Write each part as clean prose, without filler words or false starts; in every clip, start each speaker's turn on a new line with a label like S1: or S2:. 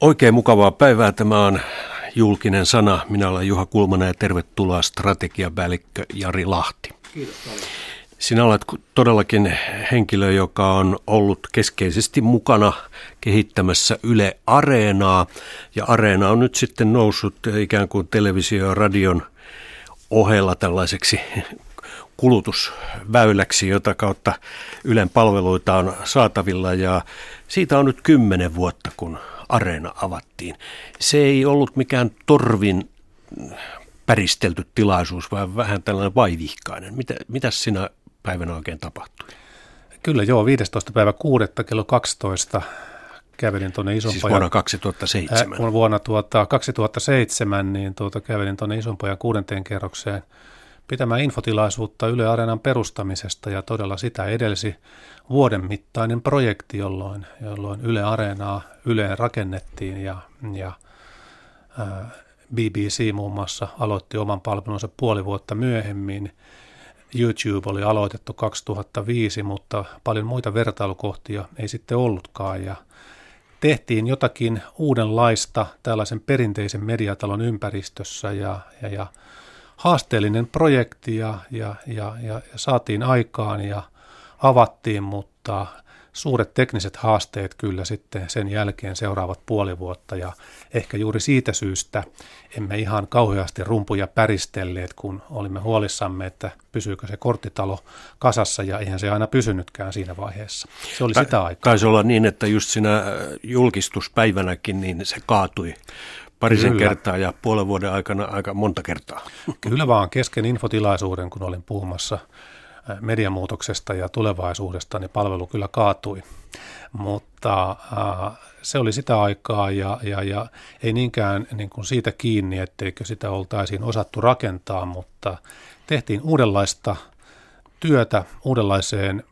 S1: Oikein mukavaa päivää. Tämä on Julkinen sana. Minä olen Juha Kulmanen ja tervetuloa strategiapäällikkö Jari Lahti.
S2: Kiitos paljon.
S1: Sinä olet todellakin henkilö, joka on ollut keskeisesti mukana kehittämässä Yle Areenaa. Ja Areena on nyt sitten noussut ikään kuin televisio- ja radion ohella tällaiseksi kulutusväyläksi, jota kautta Ylen palveluita on saatavilla. Ja siitä on nyt 10 vuotta, kun Areena avattiin. Se ei ollut mikään torvin päristelty tilaisuus, vaan vähän tällainen vaivihkainen. Mitäs sinä päivänä oikein tapahtui?
S2: Kyllä joo, 15.6. kello 12 kävelin tuonne Isonpojan.
S1: Siis vuonna 2007.
S2: Vuonna 2007 niin kävelin tuonne Isonpojan 6. kerrokseen pitämään infotilaisuutta Yle Areenan perustamisesta, ja todella sitä edelsi vuoden mittainen projekti, jolloin Yle Areenaa Yleen rakennettiin ja BBC muun muassa aloitti oman palvelunsa puoli vuotta myöhemmin. YouTube oli aloitettu 2005, mutta paljon muita vertailukohtia ei sitten ollutkaan, ja tehtiin jotakin uudenlaista tällaisen perinteisen mediatalon ympäristössä ja haasteellinen projekti ja saatiin aikaan ja avattiin, mutta suuret tekniset haasteet kyllä sitten sen jälkeen seuraavat puoli vuotta, ja ehkä juuri siitä syystä emme ihan kauheasti rumpuja päristelleet, kun olimme huolissamme, että pysyykö se korttitalo kasassa, ja eihän se aina pysynytkään siinä vaiheessa. Se oli sitä aikaa.
S1: Taisi olla niin, että just siinä julkistuspäivänäkin niin se kaatui parisen kertaa ja puolen vuoden aikana aika monta kertaa.
S2: Kyllä vaan, kesken infotilaisuuden, kun olin puhumassa mediamuutoksesta ja tulevaisuudesta, niin palvelu kyllä kaatui. Mutta se oli sitä aikaa ja ei niinkään niin kuin siitä kiinni, etteikö sitä oltaisiin osattu rakentaa, mutta tehtiin uudenlaista työtä uudenlaiseen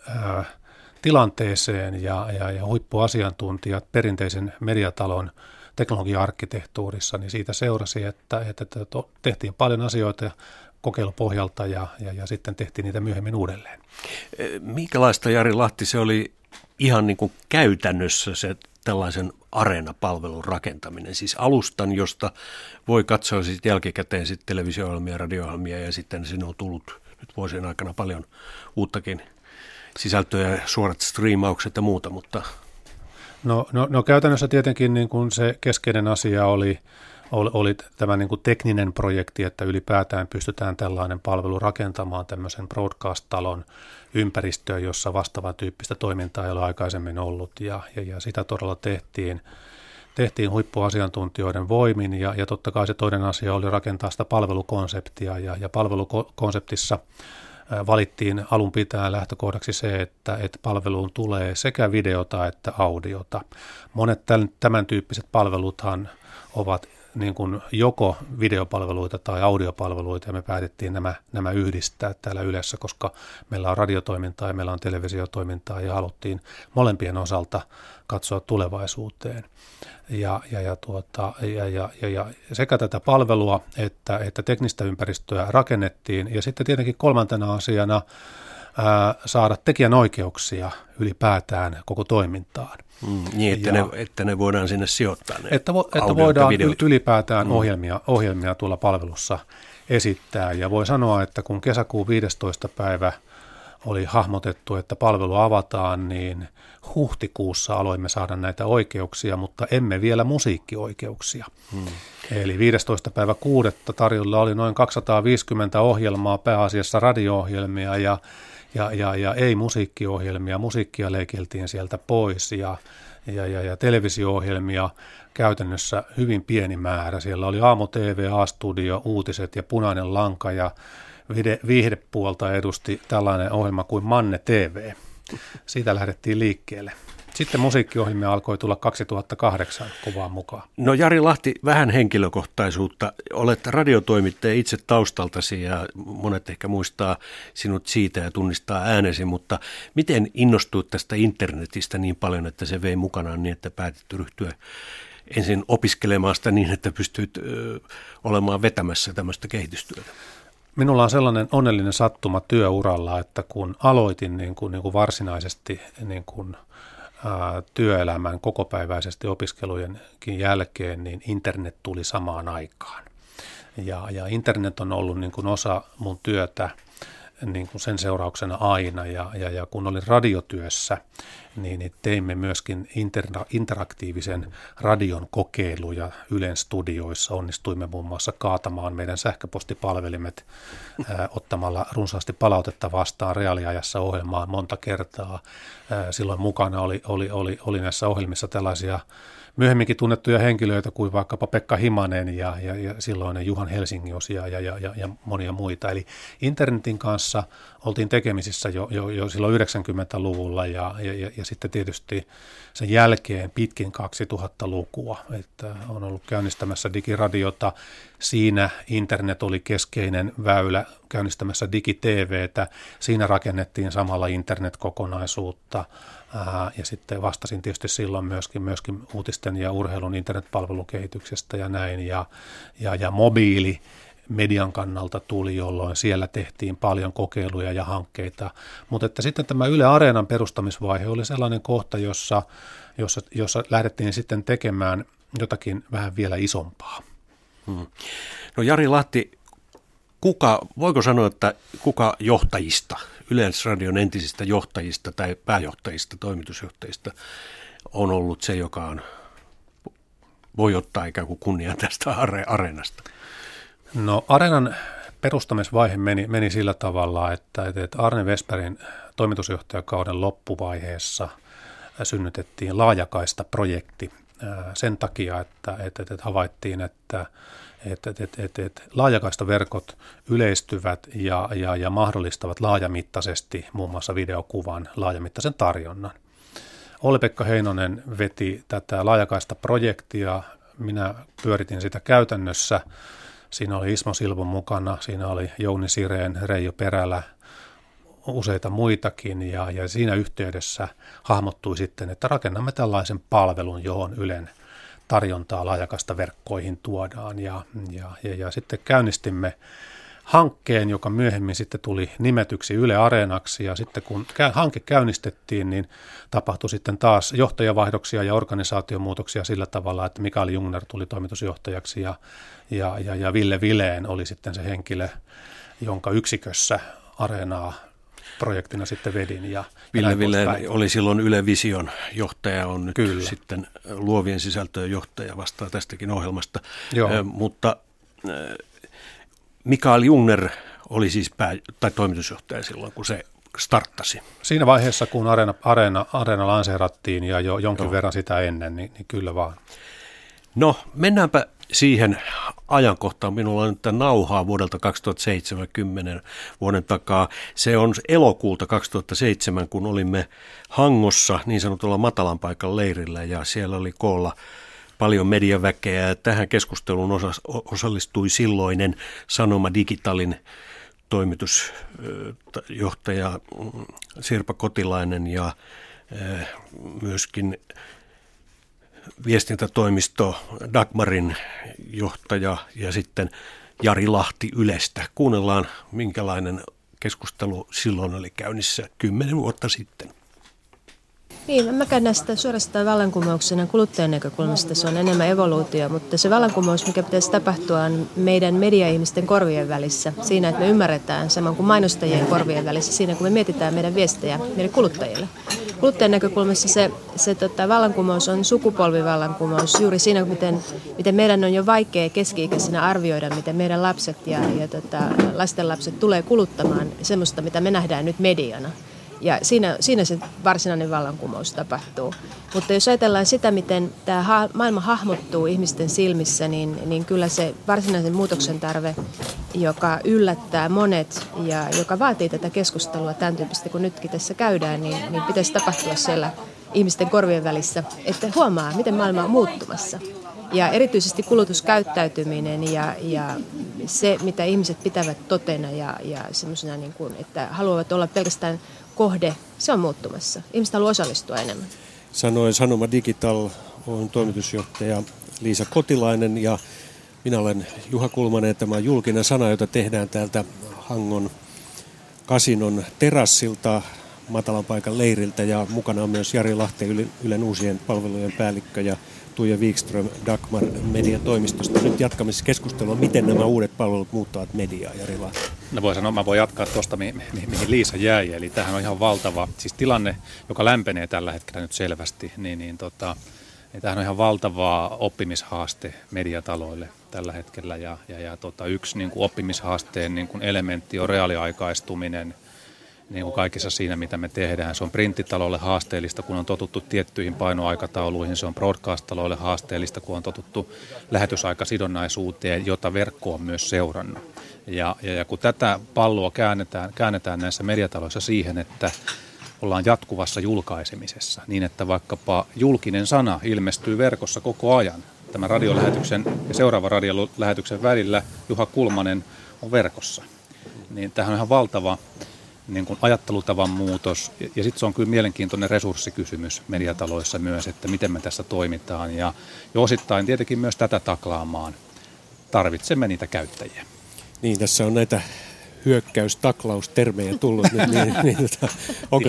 S2: tilanteeseen ja huippuasiantuntijat perinteisen mediatalon teknologia-arkkitehtuurissa, niin siitä seurasi, että tehtiin paljon asioita kokeilupohjalta ja sitten tehtiin niitä myöhemmin uudelleen.
S1: Minkälaista, Jari Lahti, se oli ihan niin kuin käytännössä se tällaisen Areena-palvelun rakentaminen? Siis alustan, josta voi katsoa sitten jälkikäteen sitten televisio-ohjelmia, radio-ohjelmia, ja sitten siinä on tullut nyt vuosien aikana paljon uuttakin sisältöä, suorat striimaukset ja muuta, mutta
S2: No käytännössä tietenkin niin kuin se keskeinen asia oli tämä niin kuin tekninen projekti, että ylipäätään pystytään tällainen palvelu rakentamaan tämmöisen broadcast-talon ympäristöön, jossa vastaavan tyyppistä toimintaa ei ole aikaisemmin ollut, ja sitä todella tehtiin huippuasiantuntijoiden voimin, ja totta kai se toinen asia oli rakentaa sitä palvelukonseptia, ja palvelukonseptissa valittiin alun pitäen lähtökohdaksi se, että palveluun tulee sekä videota että audiota. Monet tämän tyyppiset palveluthan ovat niin kuin joko videopalveluita tai audiopalveluita, ja me päätettiin nämä yhdistää täällä Ylessä, koska meillä on radiotoimintaa ja meillä on televisiotoimintaa, ja haluttiin molempien osalta katsoa tulevaisuuteen. Ja sekä tätä palvelua että teknistä ympäristöä rakennettiin, ja sitten tietenkin kolmantena asiana saada tekijänoikeuksia ylipäätään koko toimintaan.
S1: Niin, että ne voidaan sinne sijoittaa.
S2: Että voidaan ylipäätään ohjelmia tuolla palvelussa esittää, ja voi sanoa, että kun kesäkuun 15. päivä oli hahmotettu, että palvelu avataan, niin huhtikuussa aloimme saada näitä oikeuksia, mutta emme vielä musiikkioikeuksia. Eli 15.6. tarjolla oli noin 250 ohjelmaa, pääasiassa radio-ohjelmia ja ei musiikkiohjelmia. Musiikkia leikeltiin sieltä pois ja televisio-ohjelmia käytännössä hyvin pieni määrä. Siellä oli Aamu TV, A-studio, uutiset ja Punainen lanka, ja viihdepuolta edusti tällainen ohjelma kuin Manne TV. Siitä lähdettiin liikkeelle. Sitten musiikkiohjelmia alkoi tulla 2008 kovaan mukaan.
S1: No Jari Lahti, vähän henkilökohtaisuutta. Olet radiotoimittaja itse taustaltasi, ja monet ehkä muistaa sinut siitä ja tunnistaa äänesi, mutta miten innostuit tästä internetistä niin paljon, että se vei mukanaan niin, että päätit ryhtyä ensin opiskelemaan sitä niin, että pystyit olemaan vetämässä tämmöistä kehitystyötä?
S2: Minulla on sellainen onnellinen sattuma työuralla, että kun aloitin niin kuin varsinaisesti niin kuin työelämään kokopäiväisesti opiskelujenkin jälkeen, niin internet tuli samaan aikaan. Ja internet on ollut niin kuin osa mun työtä niin kuin sen seurauksena aina. Ja kun olin radiotyössä, niin teimme myöskin interaktiivisen radion kokeiluja Ylen studioissa. Onnistuimme muun muassa kaatamaan meidän sähköpostipalvelimet ottamalla runsaasti palautetta vastaan reaaliajassa ohjelmaan monta kertaa. Silloin mukana oli näissä ohjelmissa tällaisia myöhemminkin tunnettuja henkilöitä kuin vaikkapa Pekka Himanen ja silloinen Juhan Helsingius ja monia muita. Eli internetin kanssa oltiin tekemisissä jo silloin 90-luvulla ja sitten tietysti sen jälkeen pitkin 2000-lukua. Että on ollut käynnistämässä digiradiota. Siinä internet oli keskeinen väylä käynnistämässä digitVtä. Siinä rakennettiin samalla internetkokonaisuutta. Ja sitten vastasin tietysti silloin myöskin uutisten ja urheilun internetpalvelukehityksestä ja näin. Ja mobiili median kannalta tuli, jolloin siellä tehtiin paljon kokeiluja ja hankkeita. Mutta että sitten tämä Yle Areenan perustamisvaihe oli sellainen kohta, jossa lähdettiin sitten tekemään jotakin vähän vielä isompaa.
S1: No Jari Lahti, voiko sanoa, että kuka johtajista, Yleisradion entisistä johtajista tai pääjohtajista, toimitusjohtajista on ollut se, joka voi ottaa ikään kuin kunnian tästä Areenasta?
S2: No Areenan perustamisvaihe meni sillä tavalla, että Arne Vestbergin toimitusjohtajakauden loppuvaiheessa synnytettiin laajakaista-projekti sen takia, että havaittiin, että laajakaistaverkot yleistyvät ja mahdollistavat laajamittaisesti muun muassa videokuvan laajamittaisen tarjonnan. Olli-Pekka Heinonen veti tätä laajakaista-projektia, minä pyöritin sitä käytännössä. Siinä oli Ismo Silvo mukana, siinä oli Jouni Sireen, Reijo Perälä, useita muitakin ja siinä yhteydessä hahmottui sitten, että rakennamme tällaisen palvelun, johon Ylen tarjontaa laajakaistaverkkoihin tuodaan ja sitten käynnistimme hankkeen, joka myöhemmin sitten tuli nimetyksi Yle Areenaksi ja sitten kun hanke käynnistettiin, niin tapahtui sitten taas johtajavaihdoksia ja organisaatiomuutoksia sillä tavalla, että Mikael Jungner tuli toimitusjohtajaksi ja Ville Vileen oli sitten se henkilö, jonka yksikössä Areenaa projektina sitten vedin.
S1: Ville Vileen oli silloin Yle Vision johtaja, on nyt Kyllä. sitten luovien sisältöjen johtaja, vastaa tästäkin ohjelmasta. Mutta Mikael Jungner oli siis toimitusjohtaja silloin, kun se starttasi.
S2: Siinä vaiheessa, kun Areena lanseerattiin ja jo jonkin verran sitä ennen, niin kyllä vaan.
S1: No, mennäänpä siihen ajankohtaan. Minulla on nyt nauhaa vuodelta 2007 vuoden takaa. Se on elokuulta 2007, kun olimme Hangossa niin sanotulla matalan paikan leirillä ja siellä oli koolla paljon mediaväkeä. Tähän keskusteluun osallistui silloinen Sanoma Digitalin toimitusjohtaja Sirpa Kotilainen ja myöskin viestintätoimisto Dagmarin johtaja ja sitten Jari Lahti Ylestä. Kuunnellaan, minkälainen keskustelu silloin oli käynnissä 10 vuotta sitten.
S3: Niin, mä käyn näistä suorastaan vallankumouksena kuluttajan näkökulmasta. Se on enemmän evoluutio, mutta se vallankumous, mikä pitäisi tapahtua, on meidän media-ihmisten korvien välissä. Siinä, että me ymmärretään saman kuin mainostajien korvien välissä, siinä kun me mietitään meidän viestejä meidän kuluttajille. Kuluttajan näkökulmassa se vallankumous on sukupolvivallankumous juuri siinä, miten meidän on jo vaikea keski-ikäisenä arvioida, miten meidän lapset ja lastenlapset tulee kuluttamaan semmoista, mitä me nähdään nyt mediana. Ja siinä se varsinainen vallankumous tapahtuu. Mutta jos ajatellaan sitä, miten tämä maailma hahmottuu ihmisten silmissä, niin kyllä se varsinaisen muutoksen tarve, joka yllättää monet ja joka vaatii tätä keskustelua tämän tyyppistä, kun nytkin tässä käydään, niin pitäisi tapahtua siellä ihmisten korvien välissä, että huomaa, miten maailma on muuttumassa. Ja erityisesti kulutuskäyttäytyminen ja se, mitä ihmiset pitävät totena ja semmoisena, niin kuin, että haluavat olla pelkästään kohde, se on muuttumassa. Ihmiset haluaa osallistua enemmän.
S1: Sanoi Sanoma Digital, on toimitusjohtaja Liisa Kotilainen ja minä olen Juha Kulmanen. Tämä on julkinen sana, jota tehdään täältä Hangon kasinon terassilta.
S4: matalan paikan leiriltä ja mukana on myös Jari Lahti, Ylen uusien palvelujen päällikkö ja Tuija Wikström Dagmar mediatoimistosta. Nyt jatkamme keskustelua, miten nämä uudet palvelut muuttavat mediaa, Jari Lahti.
S5: No mä voin jatkaa tuosta, mihin Liisa jäi, eli tämähän on ihan valtava, siis tilanne, joka lämpenee tällä hetkellä nyt selvästi, niin tämähän on ihan valtava oppimishaaste mediataloille tällä hetkellä, ja yksi niin kuin oppimishaasteen niin kuin elementti on reaaliaikaistuminen, niin kuin kaikessa siinä, mitä me tehdään. Se on printtitaloille haasteellista, kun on totuttu tiettyihin painoaikatauluihin. Se on broadcast-taloille haasteellista, kun on totuttu lähetysaikasidonnaisuuteen, jota verkko on myös seurannut. Ja kun tätä palloa käännetään näissä mediataloissa siihen, että ollaan jatkuvassa julkaisemisessa, niin että vaikkapa julkinen sana ilmestyy verkossa koko ajan. Tämän radiolähetyksen ja seuraavan radiolähetyksen välillä Juha Kulmanen on verkossa. Niin tämähän on ihan valtava niin kuin ajattelutavan muutos, ja sitten se on kyllä mielenkiintoinen resurssikysymys mediataloissa myös, että miten me tässä toimitaan, ja osittain tietenkin myös tätä taklaamaan tarvitsemme niitä käyttäjiä.
S4: Niin, tässä on näitä hyökkäystaklaustermejä tullut nyt, onko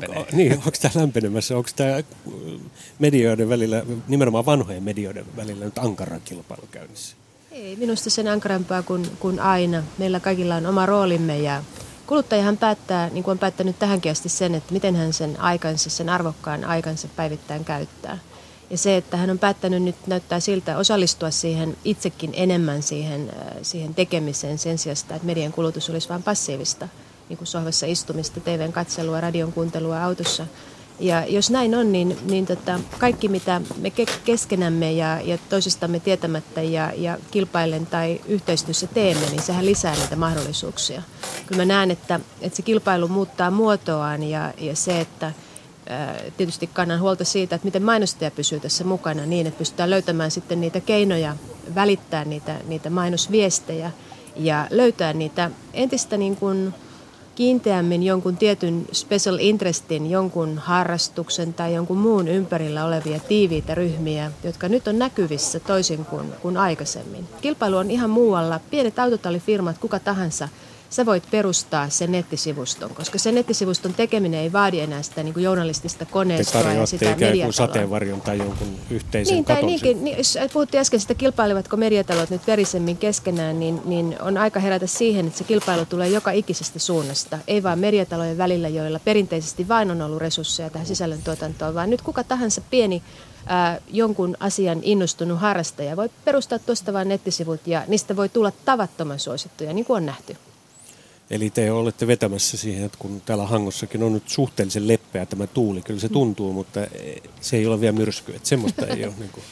S4: tämä lämpenemässä, onko tämä medioiden välillä, nimenomaan vanhojen medioiden välillä nyt ankara kilpailu käynnissä?
S3: Ei minusta sen ankarampaa kuin aina. Meillä kaikilla on oma roolimme ja kuluttajahan päättää, niin kuin on päättänyt tähänkin asti sen, että miten hän sen aikansa, sen arvokkaan aikansa päivittäin käyttää. Ja se, että hän on päättänyt nyt näyttää siltä osallistua siihen itsekin enemmän siihen tekemiseen sen sijaan, että median kulutus olisi vain passiivista, niin kuin sohvassa istumista, TVn katselua, radion kuuntelua autossa. Ja jos näin on, niin kaikki mitä me keskenämme ja toisistamme tietämättä ja kilpailen tai yhteistyössä teemme, niin sehän lisää niitä mahdollisuuksia. Kyllä mä näen, että se kilpailu muuttaa muotoaan ja se, että tietysti kannan huolta siitä, että miten mainostaja pysyy tässä mukana niin, että pystytään löytämään sitten niitä keinoja välittää niitä mainosviestejä ja löytää niitä entistä niin kuin kiinteämmin jonkun tietyn special interestin, jonkun harrastuksen tai jonkun muun ympärillä olevia tiiviitä ryhmiä, jotka nyt on näkyvissä toisin kuin aikaisemmin. Kilpailu on ihan muualla. Pienet autotallifirmat, kuka tahansa, sä voit perustaa sen nettisivuston, koska sen nettisivuston tekeminen ei vaadi enää sitä niin kuin journalistista koneistoa ja sitä mediataloa. Te tarjoatte ikään kuin sateenvarjon tai jonkun yhteisen katon. Puhuttiin äsken sitä, kilpailevatko mediatalot nyt verisemmin keskenään, niin on aika herätä siihen, että se kilpailu tulee joka ikisestä suunnasta. Ei vaan mediatalojen välillä, joilla perinteisesti vain on ollut resursseja tähän sisällöntuotantoon, vaan nyt kuka tahansa pieni jonkun asian innostunut harrastaja voi perustaa tuosta vain nettisivut ja niistä voi tulla tavattoman suosittuja, niin kuin on nähty.
S4: Eli te olette vetämässä siihen, että kun täällä Hangossakin on nyt suhteellisen leppeä tämä tuuli, kyllä se tuntuu, mutta se ei ole vielä myrsky, että semmoista ei ole. Niin kuin.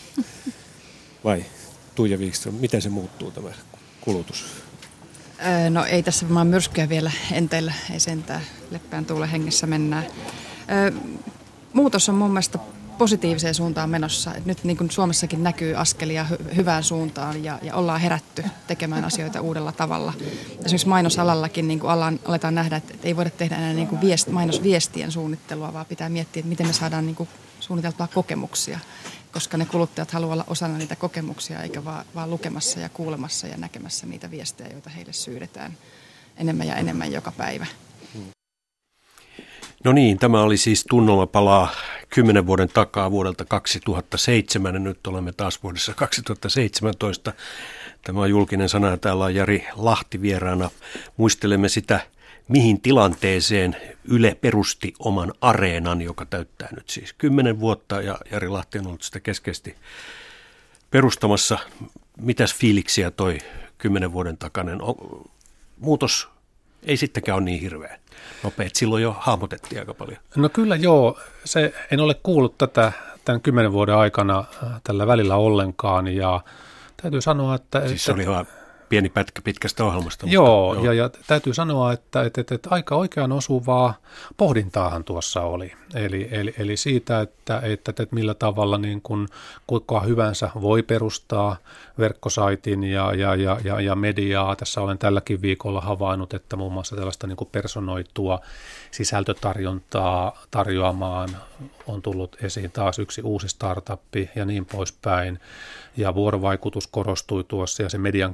S4: Vai Tuija Wikström, miten se muuttuu tämä kulutus?
S6: No ei tässä varmaan myrskyä vielä enteillä, ei sentään leppeän tuulen hengessä mennään. Muutos on mun mielestä positiiviseen suuntaan menossa. Et nyt niin kuin Suomessakin näkyy askelia hyvään suuntaan ja ollaan herätty tekemään asioita uudella tavalla. Esimerkiksi mainosalallakin niin kuin aletaan nähdä, että ei voida tehdä enää niin kuin mainosviestien suunnittelua, vaan pitää miettiä, että miten me saadaan niin kuin suunniteltua kokemuksia, koska ne kuluttajat haluaa olla osana niitä kokemuksia, eikä vaan lukemassa ja kuulemassa ja näkemässä niitä viestejä, joita heille syydetään enemmän ja enemmän joka päivä.
S1: No niin, tämä oli siis Tunnelma palaa 10 vuoden takaa vuodelta 2007 ja nyt olemme taas vuodessa 2017. Tämä on julkinen sana ja täällä on Jari Lahti vieraana. Muistelemme sitä, mihin tilanteeseen Yle perusti oman areenan, joka täyttää nyt siis 10 vuotta ja Jari Lahti on ollut sitä keskeisesti perustamassa. Mitäs fiiliksiä toi 10 vuoden takainen muutos ei sittenkään ole niin hirveä nopeet. Silloin jo hahmotettiin aika paljon.
S2: No kyllä joo. En ole kuullut tätä tämän 10 vuoden aikana tällä välillä ollenkaan ja täytyy sanoa, että...
S1: Siis se oli vaan pieni pätkä pitkästä ohjelmasta.
S2: Joo. Ja täytyy sanoa, että aika oikean osuvaa pohdintaahan tuossa oli. Eli siitä, että millä tavalla niin kun kuka hyvänsä voi perustaa verkkosaitin ja mediaa. Tässä olen tälläkin viikolla havainnut, että muun muassa tällaista niin kuin personoitua sisältötarjontaa tarjoamaan on tullut esiin taas yksi uusi startuppi ja niin poispäin. Ja vuorovaikutus korostui tuossa ja se median käyttötapa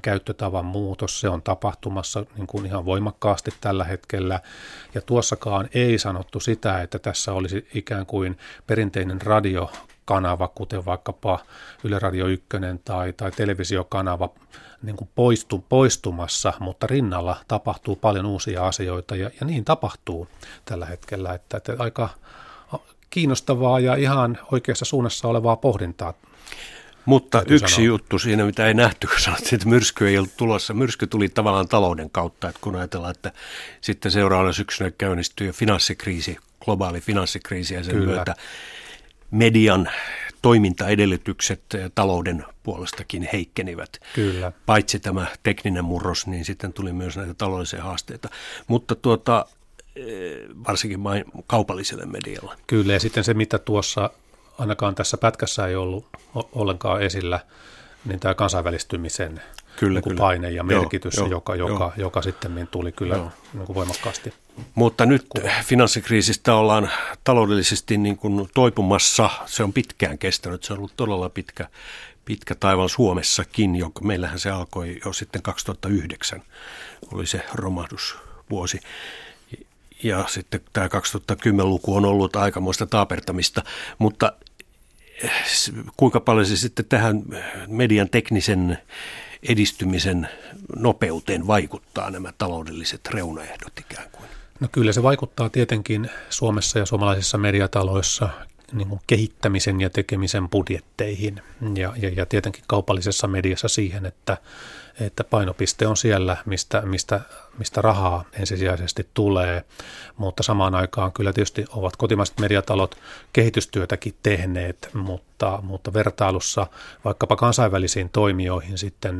S2: toimintatavan muutos, se on tapahtumassa niin kuin ihan voimakkaasti tällä hetkellä. Ja tuossakaan ei sanottu sitä, että tässä olisi ikään kuin perinteinen radiokanava, kuten vaikkapa Yle Radio 1 tai televisiokanava, niin kuin poistumassa, mutta rinnalla tapahtuu paljon uusia asioita ja niin tapahtuu tällä hetkellä, että aika kiinnostavaa ja ihan oikeassa suunnassa olevaa pohdintaa.
S1: Mutta yksi juttu siinä, mitä ei nähty, kun sanottiin, että myrsky ei ollut tulossa. Myrsky tuli tavallaan talouden kautta, että kun ajatellaan, että sitten seuraavana syksynä käynnistyy finanssikriisi, globaali finanssikriisi ja sen myötä median toimintaedellytykset talouden puolestakin heikkenivät.
S2: Kyllä.
S1: Paitsi tämä tekninen murros, niin sitten tuli myös näitä taloudellisia haasteita. Mutta varsinkin kaupalliselle medialle.
S2: Kyllä, ja sitten se, mitä tuossa ainakaan tässä pätkässä ei ollut ollenkaan esillä, niin tämä kansainvälistymisen paine ja merkitys, joka sitten tuli kyllä niin kuin voimakkaasti.
S1: Mutta nyt finanssikriisistä ollaan taloudellisesti niin kuin toipumassa. Se on pitkään kestänyt. Se on ollut todella pitkä taival Suomessakin. Meillähän se alkoi jo sitten 2009, oli se romahdusvuosi. Ja sitten tämä 2010-luku on ollut aikamoista taapertamista, mutta kuinka paljon se sitten tähän median teknisen edistymisen nopeuteen vaikuttaa nämä taloudelliset reunaehdot ikään kuin?
S2: No kyllä se vaikuttaa tietenkin Suomessa ja suomalaisissa mediataloissa niin kuin kehittämisen ja tekemisen budjetteihin ja tietenkin kaupallisessa mediassa siihen, että painopiste on siellä, mistä rahaa ensisijaisesti tulee, mutta samaan aikaan kyllä tietysti ovat kotimaiset mediatalot kehitystyötäkin tehneet, mutta vertailussa vaikkapa kansainvälisiin toimijoihin sitten,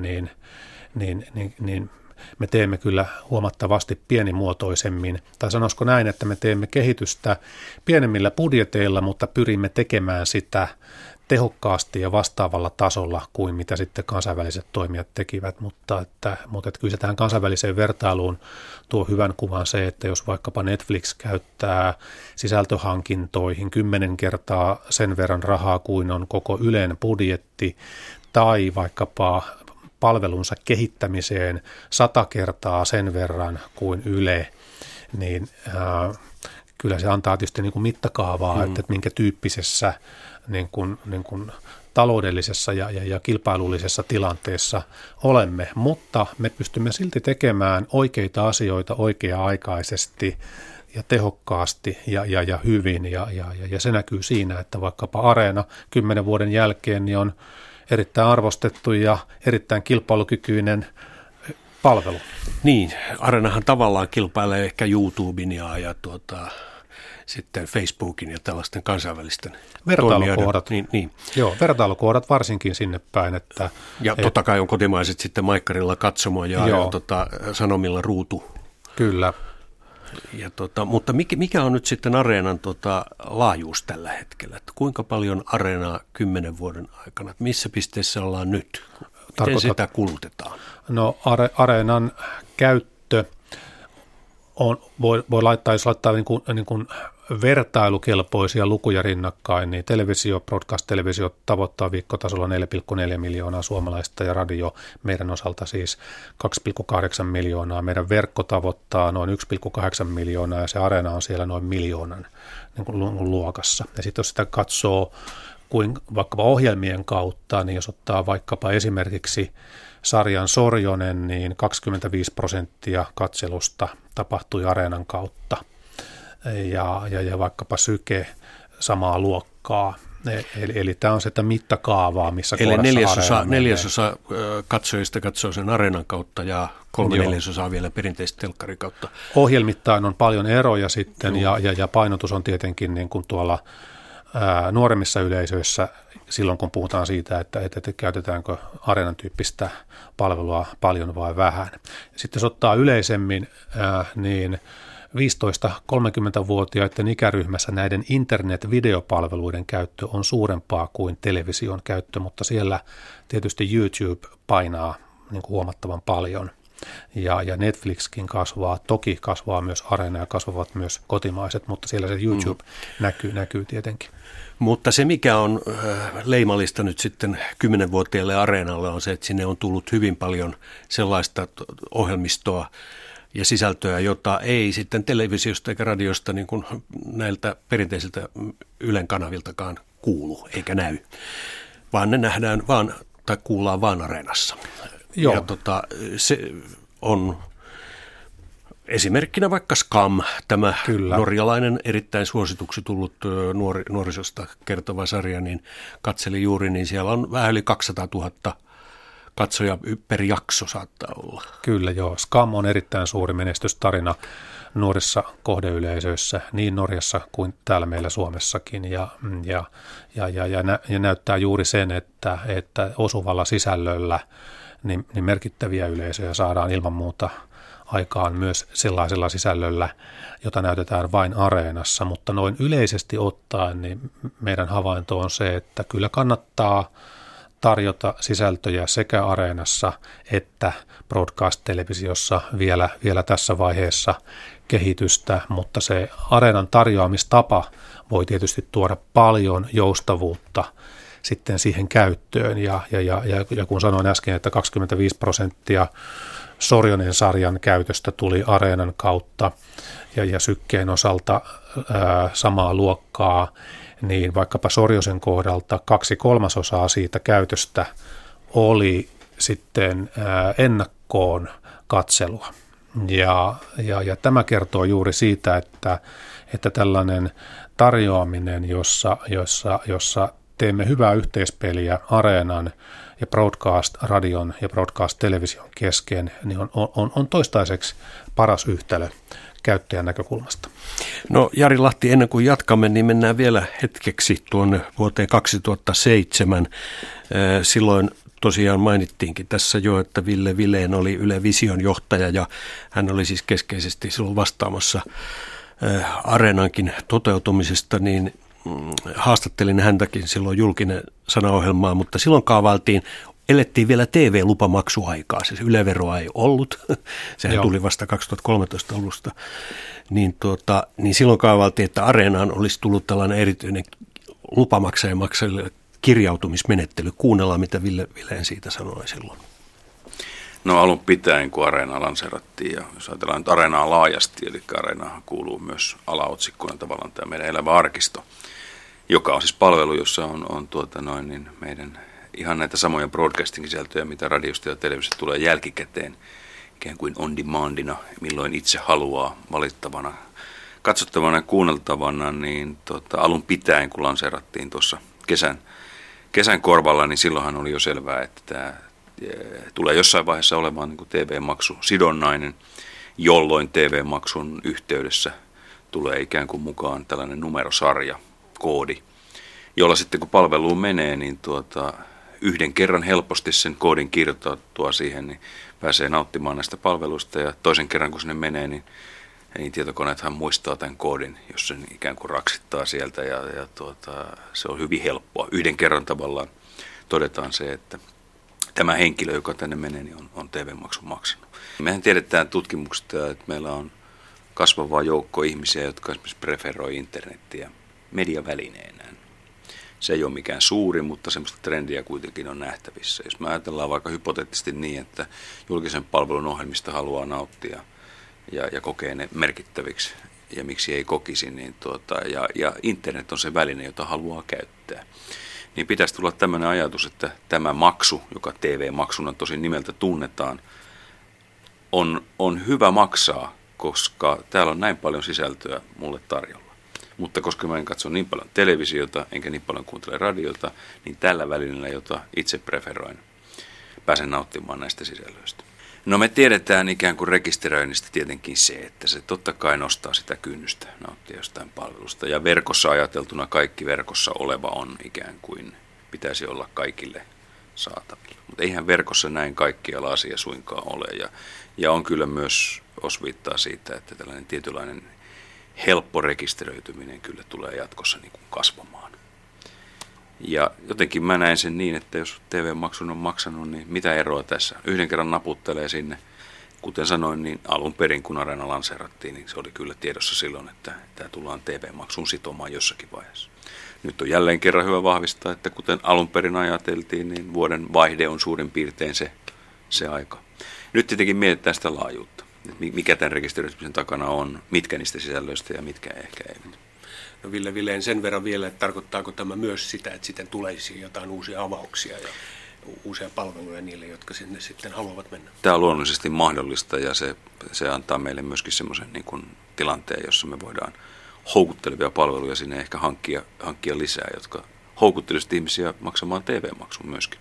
S2: niin me teemme kyllä huomattavasti pienimuotoisemmin, tai sanoisiko näin, että me teemme kehitystä pienemmillä budjeteilla, mutta pyrimme tekemään sitä tehokkaasti ja vastaavalla tasolla kuin mitä sitten kansainväliset toimijat tekivät, mutta kyllä se tähän kansainväliseen vertailuun tuo hyvän kuvan se, että jos vaikkapa Netflix käyttää sisältöhankintoihin 10 kertaa sen verran rahaa kuin on koko Ylen budjetti, tai vaikkapa palvelunsa kehittämiseen 100 kertaa sen verran kuin Yle, niin kyllä se antaa tietysti niin kuin mittakaavaa, että minkä tyyppisessä niin kuin taloudellisessa ja kilpailullisessa tilanteessa olemme, mutta me pystymme silti tekemään oikeita asioita oikea-aikaisesti ja tehokkaasti ja hyvin, ja se näkyy siinä, että vaikkapa Areena 10 vuoden jälkeen niin on erittäin arvostettu ja erittäin kilpailukykyinen palvelu. Niin,
S1: Areenahan tavallaan kilpailee ehkä YouTuben ja sitten Facebookin ja tällaisten kansainvälisten
S2: vertailukohdat.
S1: Niin.
S2: Joo, vertailukohdat varsinkin sinne päin.
S1: Totta kai on kotimaiset sitten Maikkarilla katsomo ja Sanomilla ruutu.
S2: Kyllä.
S1: Mutta mikä on nyt sitten Areenan laajuus tällä hetkellä? Että kuinka paljon Areenaa 10 vuoden aikana? Missä pisteessä ollaan nyt? Miten sitä kulutetaan?
S2: No Areenan käyttö voi laittaa, jos laittaa niin kuin vertailukelpoisia lukuja rinnakkain, niin broadcast-televisio tavoittaa viikkotasolla 4,4 miljoonaa suomalaista ja radio meidän osalta siis 2,8 miljoonaa. Meidän verkko tavoittaa noin 1,8 miljoonaa ja se Areena on siellä noin miljoonan niin kuin luokassa. Ja sitten jos sitä katsoo kuin vaikkapa ohjelmien kautta, niin jos ottaa vaikkapa esimerkiksi sarjan Sorjonen, niin 25% katselusta tapahtui Areenan kautta ja vaikkapa Syke samaa luokkaa. Eli tämä on sitä mittakaavaa, missä
S1: kohdassa neljäsosa katsojista katsoo sen Areenan kautta ja 3/4 vielä perinteistä telkkarin kautta.
S2: Ohjelmittain on paljon eroja sitten ja painotus on tietenkin niin kuin tuolla nuoremmissa yleisöissä silloin, kun puhutaan siitä, että käytetäänkö Areenan tyyppistä palvelua paljon vai vähän. Sitten jos ottaa yleisemmin, niin 15-30-vuotiaiden ikäryhmässä näiden internet-videopalveluiden käyttö on suurempaa kuin television käyttö, mutta siellä tietysti YouTube painaa niin kuin huomattavan paljon. ja Netflixkin kasvaa. Toki kasvaa myös Areena ja kasvavat myös kotimaiset, mutta siellä se YouTube näkyy tietenkin.
S1: Mutta se, mikä on leimallista nyt sitten 10-vuotiaille Areenalle, on se, että sinne on tullut hyvin paljon sellaista ohjelmistoa ja sisältöä, jota ei sitten televisiosta eikä radiosta niin kuin näiltä perinteisiltä Ylen kanaviltakaan kuulu eikä näy, vaan ne nähdään vaan tai kuullaan vaan Areenassa. Joo. Ja se on esimerkkinä vaikka Skam, tämä Kyllä. norjalainen erittäin suosituksi tullut nuorisosta kertova sarja, niin katselin juuri, niin siellä on vähän yli 200 000 katsoja per jakso saattaa olla.
S2: Kyllä joo, Skam on erittäin suuri menestystarina nuorissa kohdeyleisöissä, niin Norjassa kuin täällä meillä Suomessakin, ja näyttää juuri sen, että osuvalla sisällöllä niin merkittäviä yleisöjä saadaan ilman muuta aikaan myös sellaisella sisällöllä, jota näytetään vain Areenassa, mutta noin yleisesti ottaen niin meidän havainto on se, että kyllä kannattaa tarjota sisältöjä sekä Areenassa että broadcast-televisiossa vielä tässä vaiheessa kehitystä, mutta se Areenan tarjoamistapa voi tietysti tuoda paljon joustavuutta sitten siihen käyttöön, ja kun sanoin äsken, että 25% Sorjonen sarjan käytöstä tuli Areenan kautta ja Sykkeen osalta samaa luokkaa, niin vaikkapa Sorjosen kohdalta 2/3 siitä käytöstä oli sitten ennakkoon katselua. Ja tämä kertoo juuri siitä, että tällainen tarjoaminen, jossa teemme hyvää yhteispeliä Areenan ja broadcast-radion ja broadcast-television kesken, niin on toistaiseksi paras yhtälö käyttäjän näkökulmasta.
S1: No Jari Lahti, ennen kuin jatkamme, niin mennään vielä hetkeksi tuonne vuoteen 2007. Silloin tosiaan mainittiinkin tässä jo, että Ville Vileen oli Yle Vision johtaja, ja hän oli siis keskeisesti silloin vastaamassa Areenankin toteutumisesta, niin haastattelin häntäkin silloin julkinen sanaohjelmaa, mutta silloin elettiin vielä TV-lupamaksuaikaa, siis Yle-veroa ei ollut, sehän tuli vasta 2013 alusta, niin silloin kaavailtiin, että Areenaan olisi tullut tällainen erityinen lupamaksajan maksajille kirjautumismenettely. Kuunnellaan, mitä Ville Vileen siitä sanoi silloin.
S7: No alun pitäen, kun Areenaa lanseerattiin, ja jos ajatellaan nyt Areenaa laajasti, eli Areenaan kuuluu myös alaotsikkona tavallaan tämä meidän elävä arkisto, joka on siis palvelu, jossa on meidän ihan näitä samoja broadcasting-sisältöjä, mitä radiosta ja televisiosta tulee jälkikäteen, ikään kuin on demandina, milloin itse haluaa valittavana, katsottavana ja kuunneltavana, niin alun pitäen, kun lanseerattiin tuossa kesän korvalla, niin silloinhan oli jo selvää, että tämä tulee jossain vaiheessa olemaan niin kuin TV-maksu sidonnainen, jolloin TV-maksun yhteydessä tulee ikään kuin mukaan tällainen numerosarja, koodi, jolla sitten kun palveluun menee, niin yhden kerran helposti sen koodin kirjoitettua siihen, niin pääsee nauttimaan näistä palveluista, ja toisen kerran kun sinne menee, niin tietokoneethan muistaa tämän koodin, jos sen ikään kuin raksittaa sieltä, ja se on hyvin helppoa. Yhden kerran tavallaan todetaan se, että tämä henkilö, joka tänne menee, niin on TV-maksun maksanut. Mehän tiedetään tutkimuksista, että meillä on kasvava joukko ihmisiä, jotka esimerkiksi preferoi internettiä mediavälineenään. Se ei ole mikään suuri, mutta semmoista trendiä kuitenkin on nähtävissä. Jos me ajatellaan vaikka hypoteettisesti niin, että julkisen palvelun ohjelmista haluaa nauttia ja kokee ne merkittäviksi, ja miksi ei kokisi, niin ja internet on se väline, jota haluaa käyttää. Niin pitäisi tulla tämmöinen ajatus, että tämä maksu, joka TV-maksuna tosin nimeltä tunnetaan, on hyvä maksaa, koska täällä on näin paljon sisältöä mulle tarjolla. Mutta koska mä en katso niin paljon televisiota, enkä niin paljon kuuntele radiota, niin tällä välineellä, jota itse preferoin, pääsen nauttimaan näistä sisällöistä. No me tiedetään ikään kuin rekisteröinnistä tietenkin se, että se totta kai nostaa sitä kynnystä nauttia jostain palvelusta. Ja verkossa ajateltuna kaikki verkossa oleva on ikään kuin pitäisi olla kaikille saatavilla. Mutta eihän verkossa näin kaikkialla asia suinkaan ole. Ja on kyllä myös osviittaa siitä, että tällainen tietynlainen helppo rekisteröityminen kyllä tulee jatkossa niin kuin kasvamaan. Ja jotenkin mä näen sen niin, että jos TV-maksun on maksanut, niin mitä eroa tässä? Yhden kerran naputtelee sinne kuten sanoin, niin alun perin kun Areena lanseerattiin, niin se oli kyllä tiedossa silloin, että tämä tullaan TV-maksun sitomaan jossakin vaiheessa. Nyt on jälleen kerran hyvä vahvistaa, että kuten alun perin ajateltiin, niin vuoden vaihde on suurin piirtein se aika. Nyt tietenkin mietitään sitä laajuutta, että mikä tämän rekisteröitymisen takana on, mitkä niistä sisällöistä ja mitkä ehkä eivät.
S1: No Ville, sen verran vielä, että tarkoittaako tämä myös sitä, että sitten tulisi jotain uusia avauksia ja uusia palveluja niille, jotka sinne sitten haluavat mennä?
S7: Tämä on luonnollisesti mahdollista ja se antaa meille myöskin semmoisen niin kuin tilanteen, jossa me voidaan houkuttelevia palveluja sinne ehkä hankkia lisää, jotka houkuttelisivat ihmisiä maksamaan TV-maksun myöskin.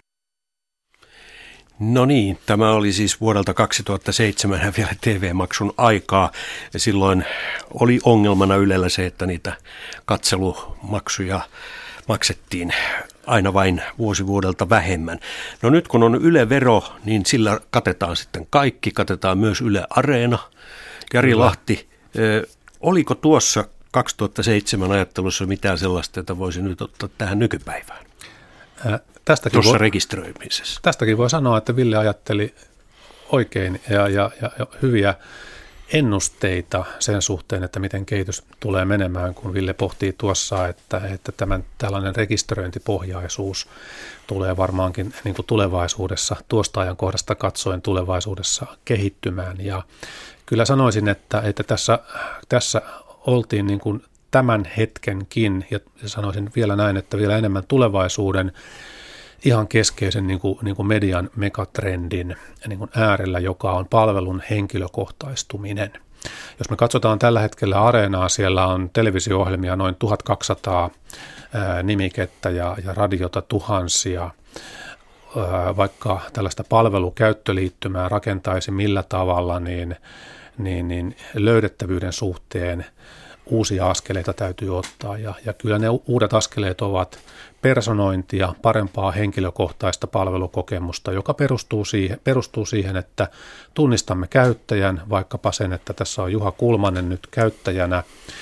S1: No niin, tämä oli siis vuodelta 2007 ja vielä TV-maksun aikaa. Ja silloin oli ongelmana Ylellä se, että niitä katselumaksuja maksettiin aina vain vuosi vuodelta vähemmän. No nyt kun on Yle-vero, niin sillä katetaan sitten kaikki, katetaan myös Yle Areena. Jari Lahti, oliko tuossa 2007 ajattelussa mitään sellaista, jota voisi nyt ottaa tähän nykypäivään? Tuossa rekisteröimisessä.
S2: Tästäkin voi sanoa, että Ville ajatteli oikein ja hyviä ennusteita sen suhteen, että miten kehitys tulee menemään, kun Ville pohtii tuossa, että tällainen rekisteröintipohjaisuus tulee varmaankin niin kuin tulevaisuudessa, tuosta ajankohdasta katsoen tulevaisuudessa kehittymään. Ja kyllä sanoisin, että tässä oltiin niin kuin tämän hetkenkin, ja sanoisin vielä näin, että vielä enemmän tulevaisuuden ihan keskeisen niin kuin median megatrendin niin kuin äärellä, joka on palvelun henkilökohtaistuminen. Jos me katsotaan tällä hetkellä Areenaa, siellä on televisio-ohjelmia noin 1200 nimikettä ja radiota tuhansia. Vaikka tällaista palvelukäyttöliittymää rakentaisi millä tavalla, niin löydettävyyden suhteen uusia askeleita täytyy ottaa ja kyllä ne uudet askeleet ovat personointia, parempaa henkilökohtaista palvelukokemusta, joka perustuu siihen, että tunnistamme käyttäjän, vaikkapa sen, että tässä on Juha Kulmanen nyt käyttäjänä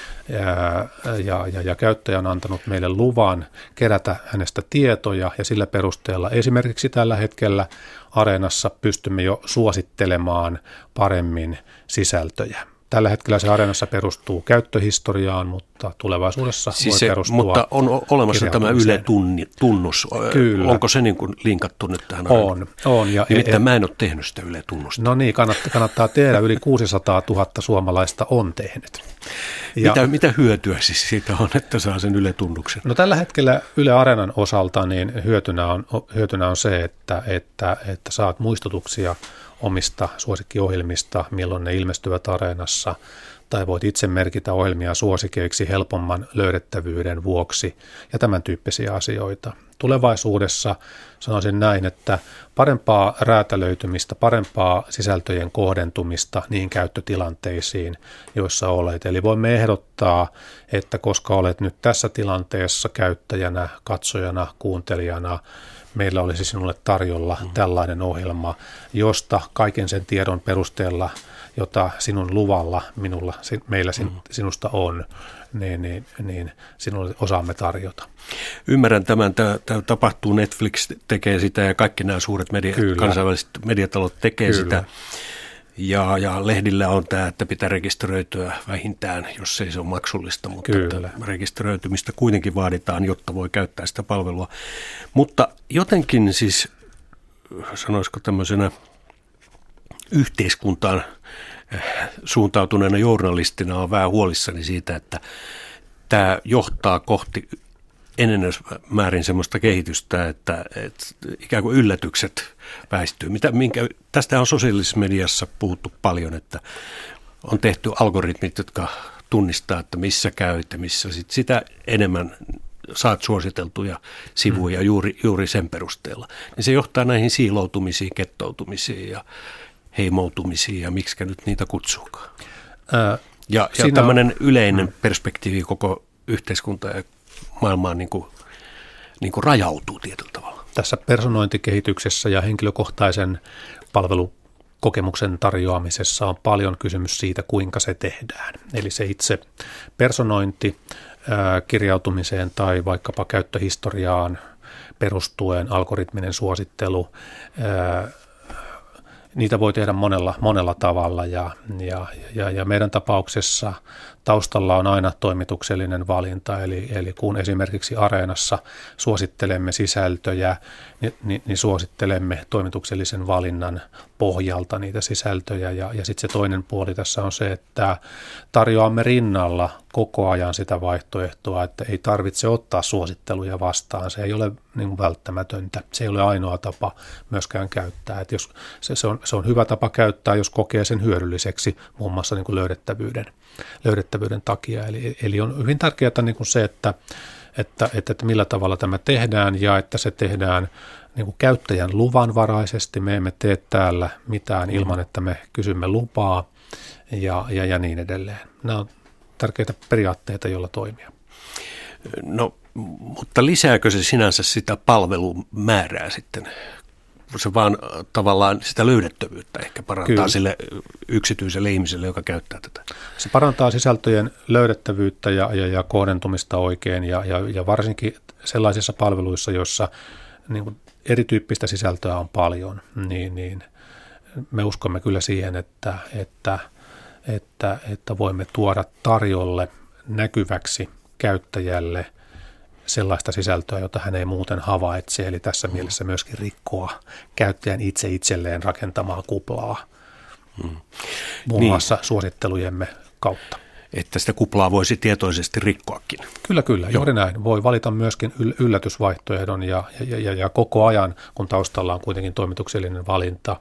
S2: ja käyttäjä on antanut meille luvan kerätä hänestä tietoja ja sillä perusteella esimerkiksi tällä hetkellä Areenassa pystymme jo suosittelemaan paremmin sisältöjä. Tällä hetkellä se Areenassa perustuu käyttöhistoriaan, mutta tulevaisuudessa voi perustua.
S1: Mutta on olemassa tämä Yle-tunnus.
S2: Kyllä.
S1: Onko se niin kuin linkattu nyt tähän?
S2: On.
S1: Nimittäin mä en ole tehnyt sitä Yle-tunnusta.
S2: No niin, kannattaa tehdä. Yli 600 000 suomalaista on tehnyt.
S1: Mitä hyötyä siis siitä on, että saa sen Yle-tunnuksen?
S2: No tällä hetkellä Yle Areenan osalta niin hyötynä on se, että saat muistutuksia omista suosikkiohjelmista, milloin ne ilmestyvät Areenassa, tai voit itse merkitä ohjelmia suosikeiksi helpomman löydettävyyden vuoksi ja tämän tyyppisiä asioita. Tulevaisuudessa sanoisin näin, että parempaa räätälöitymistä, parempaa sisältöjen kohdentumista niihin käyttötilanteisiin, joissa olet. Eli voimme ehdottaa, että koska olet nyt tässä tilanteessa käyttäjänä, katsojana, kuuntelijana, meillä olisi sinulle tarjolla tällainen ohjelma, josta kaiken sen tiedon perusteella, jota sinun luvalla meillä sinusta on, niin sinulle osaamme tarjota.
S1: Ymmärrän tämän. Tämä tapahtuu, Netflix tekee sitä ja kaikki nämä suuret kansainväliset mediatalot tekee sitä. Ja lehdillä on tämä, että pitää rekisteröityä vähintään, jos ei se ole maksullista, mutta rekisteröitymistä kuitenkin vaaditaan, jotta voi käyttää sitä palvelua. Mutta jotenkin siis, sanoisiko tämmöisenä yhteiskuntaan suuntautuneena journalistina on vähän huolissani siitä, että tämä johtaa kohti enemmän semmoista kehitystä, että ikään kuin yllätykset väistyy. Tästä on sosiaalisessa mediassa puhuttu paljon, että on tehty algoritmit, jotka tunnistaa, että missä käyt ja missä sitä enemmän saat suositeltuja sivuja juuri sen perusteella. Niin se johtaa näihin siiloutumisiin, kettoutumisiin ja heimoutumisiin ja miksikä nyt niitä kutsuukaan. Ja tämmöinen yleinen perspektiivi koko yhteiskunta ja maailmaan niin kuin rajautuu tietyllä tavalla.
S2: Tässä personointikehityksessä ja henkilökohtaisen palvelukokemuksen tarjoamisessa on paljon kysymys siitä, kuinka se tehdään. Eli se itse personointi kirjautumiseen tai vaikkapa käyttöhistoriaan perustuen, algoritminen suosittelu, niitä voi tehdä monella tavalla ja meidän tapauksessa taustalla on aina toimituksellinen valinta, eli kun esimerkiksi Areenassa suosittelemme sisältöjä, niin suosittelemme toimituksellisen valinnan pohjalta niitä sisältöjä ja sitten se toinen puoli tässä on se, että tarjoamme rinnalla koko ajan sitä vaihtoehtoa, että ei tarvitse ottaa suositteluja vastaan, se ei ole niin välttämätöntä, se ei ole ainoa tapa myöskään käyttää, että jos se on hyvä tapa käyttää, jos kokee sen hyödylliseksi muun muassa niin kuin löydettävyyden takia. Eli on hyvin tärkeää niin kuin se, että millä tavalla tämä tehdään ja että se tehdään niin kuin käyttäjän luvanvaraisesti. Me emme tee täällä mitään ilman, että me kysymme lupaa ja niin edelleen. Nämä on tärkeitä periaatteita, joilla toimia.
S1: No, mutta lisääkö se sinänsä sitä palvelumäärää sitten? Se vaan tavallaan sitä löydettävyyttä ehkä parantaa sille yksityiselle ihmiselle, joka käyttää tätä.
S2: Se parantaa sisältöjen löydettävyyttä ja kohdentumista oikein ja varsinkin sellaisissa palveluissa, joissa niin kuin erityyppistä sisältöä on paljon, niin me uskomme kyllä siihen, että voimme tuoda tarjolle näkyväksi käyttäjälle sellaista sisältöä, jota hän ei muuten havaitse, eli tässä mielessä myöskin rikkoa käyttäjän itselleen rakentamaa kuplaa muun muassa suosittelujemme kautta.
S1: Että sitä kuplaa voisi tietoisesti rikkoakin.
S2: Kyllä, juuri näin. Voi valita myöskin yllätysvaihtoehdon ja koko ajan, kun taustalla on kuitenkin toimituksellinen valinta,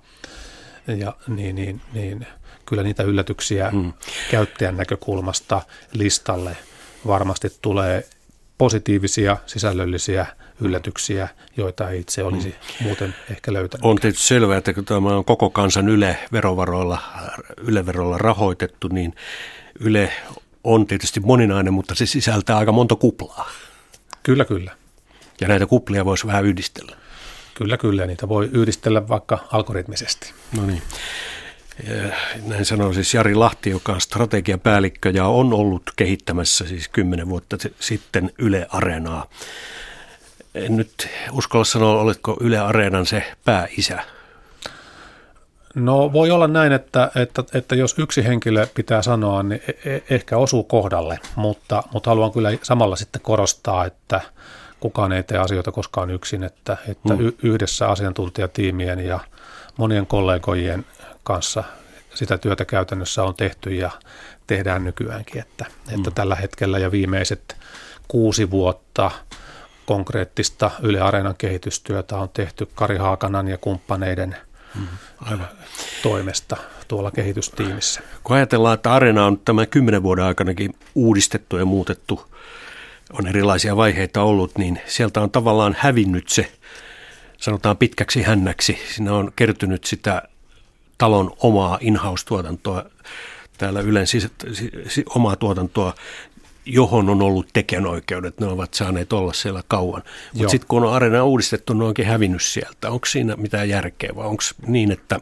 S2: niin kyllä niitä yllätyksiä käyttäjän näkökulmasta listalle varmasti tulee positiivisia sisällöllisiä yllätyksiä, joita ei itse olisi muuten ehkä löytänyt.
S1: On tietysti selvää, että kun tämä on koko kansan Yle-verolla rahoitettu, niin Yle on tietysti moninainen, mutta se sisältää aika monta kuplaa.
S2: Kyllä.
S1: Ja näitä kuplia voisi vähän yhdistellä.
S2: Kyllä, niitä voi yhdistellä vaikka algoritmisesti.
S1: No niin. Näin sanoo siis Jari Lahti, joka on strategiapäällikkö ja on ollut kehittämässä siis 10 vuotta sitten Yle Areenaa. En nyt uskalla sanoa, oletko Yle Areenan se pääisä?
S2: No voi olla näin, että jos yksi henkilö pitää sanoa, niin ehkä osuu kohdalle, mutta haluan kyllä samalla sitten korostaa, että kukaan ei tee asioita koskaan yksin, että yhdessä asiantuntijatiimien ja monien kollegojen kanssa sitä työtä käytännössä on tehty ja tehdään nykyäänkin, että tällä hetkellä ja viimeiset 6 vuotta konkreettista Yle Areenan kehitystyötä on tehty Kari Haakanan ja kumppaneiden toimesta tuolla kehitystiimissä.
S1: Kun ajatellaan, että Areena on tämän 10 vuoden aikanakin uudistettu ja muutettu, on erilaisia vaiheita ollut, niin sieltä on tavallaan hävinnyt se, sanotaan pitkäksi hännäksi. Siinä on kertynyt sitä talon omaa in-house-tuotantoa, täällä Ylen omaa tuotantoa, johon on ollut tekijänoikeudet, ne ovat saaneet olla siellä kauan. Mutta sitten kun on Areena uudistettu, ne onkin hävinnyt sieltä. Onko siinä mitään järkeä vai onko niin, että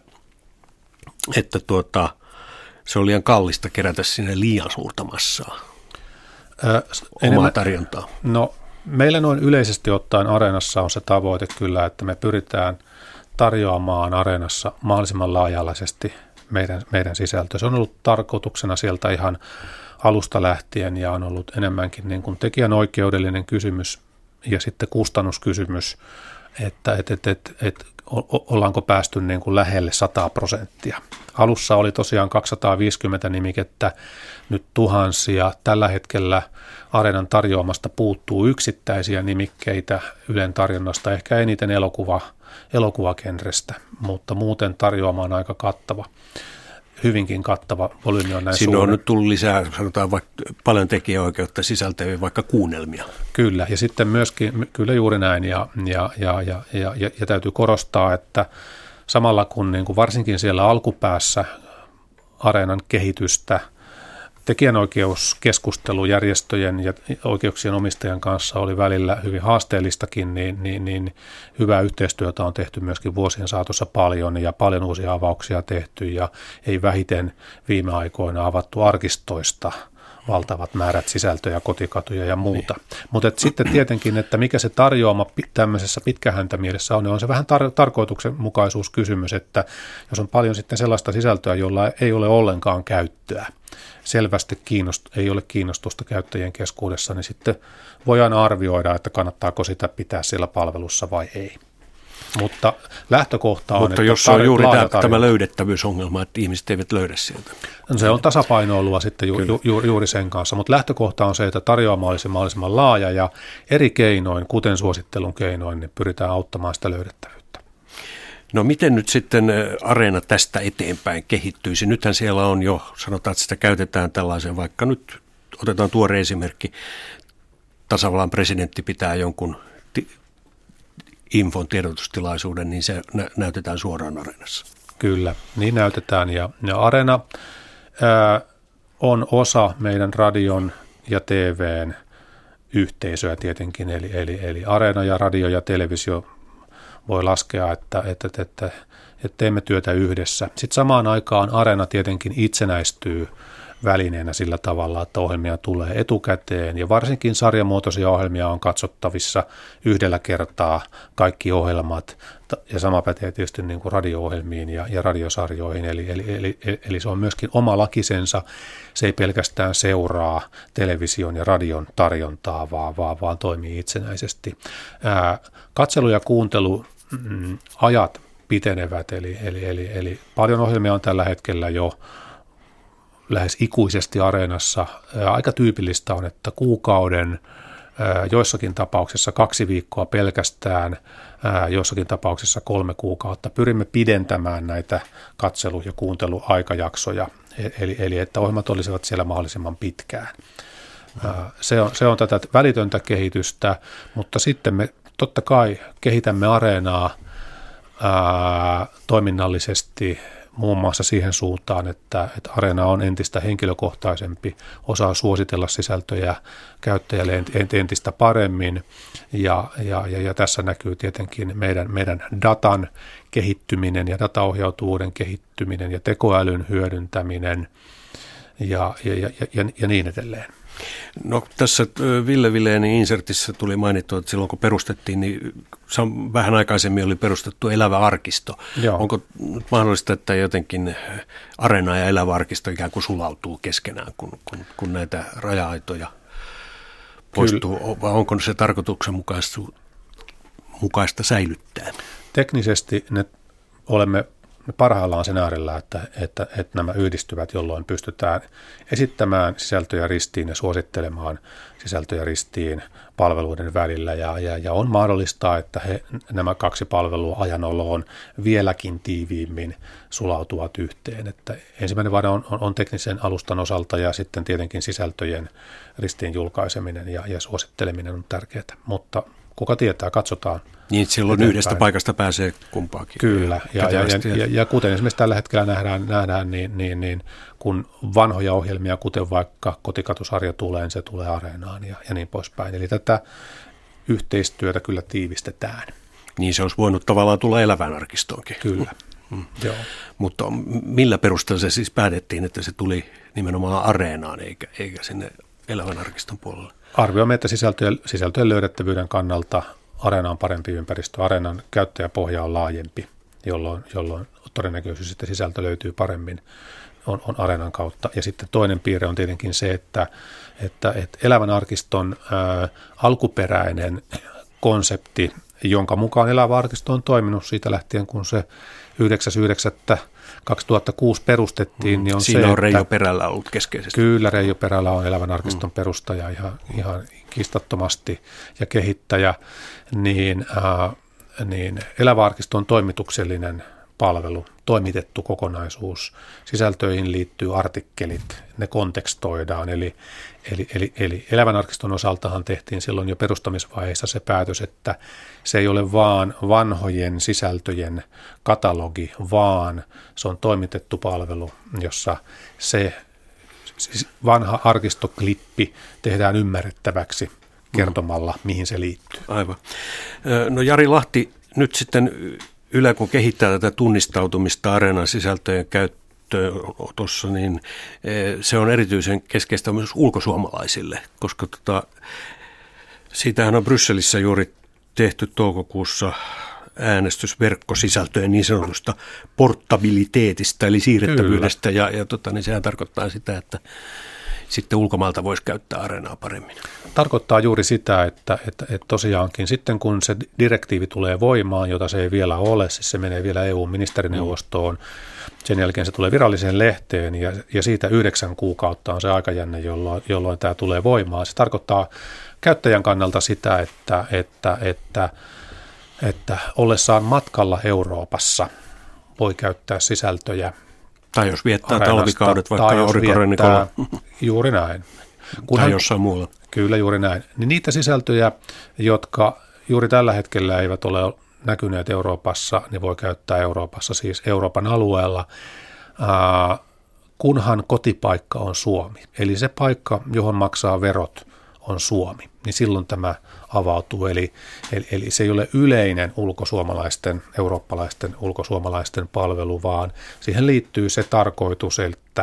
S1: se on liian kallista kerätä sinne liian suurta massaa omaa tarjontaa? No
S2: meillä noin yleisesti ottaen Areenassa on se tavoite kyllä, että me pyritään tarjoamaan Areenassa mahdollisimman laaja-alaisesti meidän sisältöä. Se on ollut tarkoituksena sieltä ihan alusta lähtien ja on ollut enemmänkin niin kuin tekijänoikeudellinen kysymys ja sitten kustannuskysymys, että ollaanko päästy niin kuin lähelle 100%. Alussa oli tosiaan 250 nimikettä, nyt tuhansia. Tällä hetkellä Areenan tarjoamasta puuttuu yksittäisiä nimikkeitä Ylen tarjonnasta, ehkä eniten elokuvagenrestä, mutta muuten tarjoama on aika kattava. Hyvinkin kattava volyymi on näin
S1: siinä suuri. On nyt tullut lisää, sanotaan vaikka paljon tekijäoikeutta sisältäviä vaikka kuunnelmia.
S2: Kyllä, ja sitten myöskin, kyllä juuri näin, ja täytyy korostaa, että samalla kun niin kuin varsinkin siellä alkupäässä Areenan kehitystä, tekijänoikeuskeskustelu järjestöjen ja oikeuksien omistajan kanssa oli välillä hyvin haasteellistakin, niin hyvää yhteistyötä on tehty myöskin vuosien saatossa paljon ja paljon uusia avauksia tehty ja ei vähiten viime aikoina avattu arkistoista valtavat määrät sisältöjä, kotikatuja ja muuta. Mutta sitten tietenkin, että mikä se tarjoama tämmöisessä pitkähäntämielessä on se vähän tarkoituksenmukaisuuskysymys, että jos on paljon sitten sellaista sisältöä, jolla ei ole ollenkaan käyttöä, selvästi ei ole kiinnostusta käyttäjien keskuudessa, niin sitten voidaan arvioida, että kannattaako sitä pitää siellä palvelussa vai ei. Mutta lähtökohta on,
S1: mutta jos on juuri tämä löydettävyysongelma, että ihmiset eivät löydä sieltä.
S2: Se on tasapainoilua sitten juuri sen kanssa, mutta lähtökohta on se, että tarjoama olisi mahdollisimman laaja ja eri keinoin, kuten suosittelun keinoin, niin pyritään auttamaan sitä löydettävyyttä.
S1: No miten nyt sitten Areena tästä eteenpäin kehittyisi? Nythän siellä on jo, sanotaan, että sitä käytetään tällaisen, vaikka nyt otetaan tuore esimerkki, tasavallan presidentti pitää jonkun infon tiedotustilaisuuden, niin se näytetään suoraan Areenassa. Kyllä,
S2: niin näytetään. Ja Areena on osa meidän radion ja TVn yhteisöä tietenkin, eli Areena ja radio ja televisio voi laskea, että teemme työtä yhdessä. Sitten samaan aikaan Areena tietenkin itsenäistyy välineenä sillä tavalla, että ohjelmia tulee etukäteen ja varsinkin sarjamuotoisia ohjelmia on katsottavissa yhdellä kertaa kaikki ohjelmat ja sama pätee tietysti niin kuin radio-ohjelmiin ja radiosarjoihin, eli se on myöskin oma lakisensa, se ei pelkästään seuraa television ja radion tarjontaa, vaan toimii itsenäisesti. Katselu- ja kuunteluajat pitenevät, eli paljon ohjelmia on tällä hetkellä jo lähes ikuisesti Areenassa. Aika tyypillistä on, että kuukauden, joissakin tapauksissa 2 viikkoa pelkästään, joissakin tapauksissa 3 kuukautta. Pyrimme pidentämään näitä katselu- ja kuunteluaikajaksoja, eli että ohjelmat olisivat siellä mahdollisimman pitkään. Se on tätä välitöntä kehitystä, mutta sitten me totta kai kehitämme Areenaa toiminnallisesti muun muassa siihen suuntaan, että Areena on entistä henkilökohtaisempi, osaa suositella sisältöjä käyttäjälle entistä paremmin ja tässä näkyy tietenkin meidän datan kehittyminen ja dataohjautuvuuden kehittyminen ja tekoälyn hyödyntäminen ja niin edelleen.
S1: No tässä Ville Vileenin insertissä tuli mainittua, että silloin kun perustettiin, niin vähän aikaisemmin oli perustettu Elävä arkisto. Joo. Onko mahdollista, että jotenkin Areena ja Elävä arkisto ikään kuin sulautuu keskenään, kun näitä raja-aitoja poistuu, vai onko se tarkoituksenmukaista säilyttää?
S2: Teknisesti me parhaillaan sen äärellä, että nämä yhdistyvät, jolloin pystytään esittämään sisältöjä ristiin ja suosittelemaan sisältöjä ristiin palveluiden välillä. Ja on mahdollista, että nämä 2 palvelua ajanoloon vieläkin tiiviimmin sulautuvat yhteen. Että ensimmäinen vaihe on teknisen alustan osalta ja sitten tietenkin sisältöjen ristiin julkaiseminen ja suositteleminen on tärkeää, mutta kuka tietää, katsotaan.
S1: Niin, silloin yhdestä paikasta pääsee kumpaakin.
S2: Kyllä, ja kuten esimerkiksi tällä hetkellä nähdään niin kun vanhoja ohjelmia, kuten vaikka Kotikatusarja tulee, niin se tulee Areenaan ja niin poispäin. Eli tätä yhteistyötä kyllä tiivistetään.
S1: Niin se olisi voinut tavallaan tulla Elävän arkistoonkin.
S2: Kyllä. Joo.
S1: Mutta millä perusteella se siis päätettiin, että se tuli nimenomaan Areenaan eikä sinne Elävän arkiston puolelle?
S2: Arvioimme, että sisältöjen löydettävyyden kannalta Areena on parempi ympäristö. Areenan käyttäjäpohja on laajempi, jolloin todennäköisyys, että sisältö löytyy paremmin, on Areenan kautta. Ja sitten toinen piirre on tietenkin se, että Elävän arkiston alkuperäinen konsepti, jonka mukaan Elävä arkisto on toiminut siitä lähtien, kun se 9.9.2006 perustettiin, niin on
S1: siinä
S2: se,
S1: on Reijo Perälä ollut keskeisesti.
S2: Kyllä, Reijo Perälä on Elävän arkiston perustaja ihan kiistattomasti ja kehittäjä, niin Elävä arkisto on toimituksellinen palvelu, toimitettu kokonaisuus. Sisältöihin liittyy artikkelit, ne kontekstoidaan, eli Elävän arkiston osaltahan tehtiin silloin jo perustamisvaiheessa se päätös, että se ei ole vaan vanhojen sisältöjen katalogi, vaan se on toimitettu palvelu, jossa se vanha arkistoklippi tehdään ymmärrettäväksi kertomalla, mihin se liittyy.
S1: Aivan. No Jari Lahti, nyt sitten Yle kun kehittää tätä tunnistautumista Areenan sisältöjen käyttöönotossa, niin se on erityisen keskeistä myös ulkosuomalaisille, koska siitähän on Brysselissä juuri tehty toukokuussa äänestys verkkosisältöjen niin sanotusta portabiliteetista, eli siirrettävyydestä, niin sehän tarkoittaa sitä, että sitten ulkomailta voisi käyttää Areenaa paremmin.
S2: Tarkoittaa juuri sitä, että tosiaankin sitten kun se direktiivi tulee voimaan, jota se ei vielä ole, siis se menee vielä EU-ministerineuvostoon, sen jälkeen se tulee viralliseen lehteen ja siitä 9 kuukautta on se aikajänne, jolloin tämä tulee voimaan. Se tarkoittaa käyttäjän kannalta sitä, että ollessaan matkalla Euroopassa voi käyttää sisältöjä.
S1: Tai jos viettää talvikaudet vaikka aurinkorannikolla.
S2: Juuri näin.
S1: Tai jossain muualla.
S2: Kyllä, juuri näin. Niin niitä sisältöjä, jotka juuri tällä hetkellä eivät ole näkyneet Euroopassa, niin voi käyttää Euroopassa, siis Euroopan alueella, kunhan kotipaikka on Suomi. Eli se paikka, johon maksaa verot, on Suomi. Niin silloin tämä avautuu. Eli se ei ole yleinen eurooppalaisten ulkosuomalaisten palvelu, vaan siihen liittyy se tarkoitus, että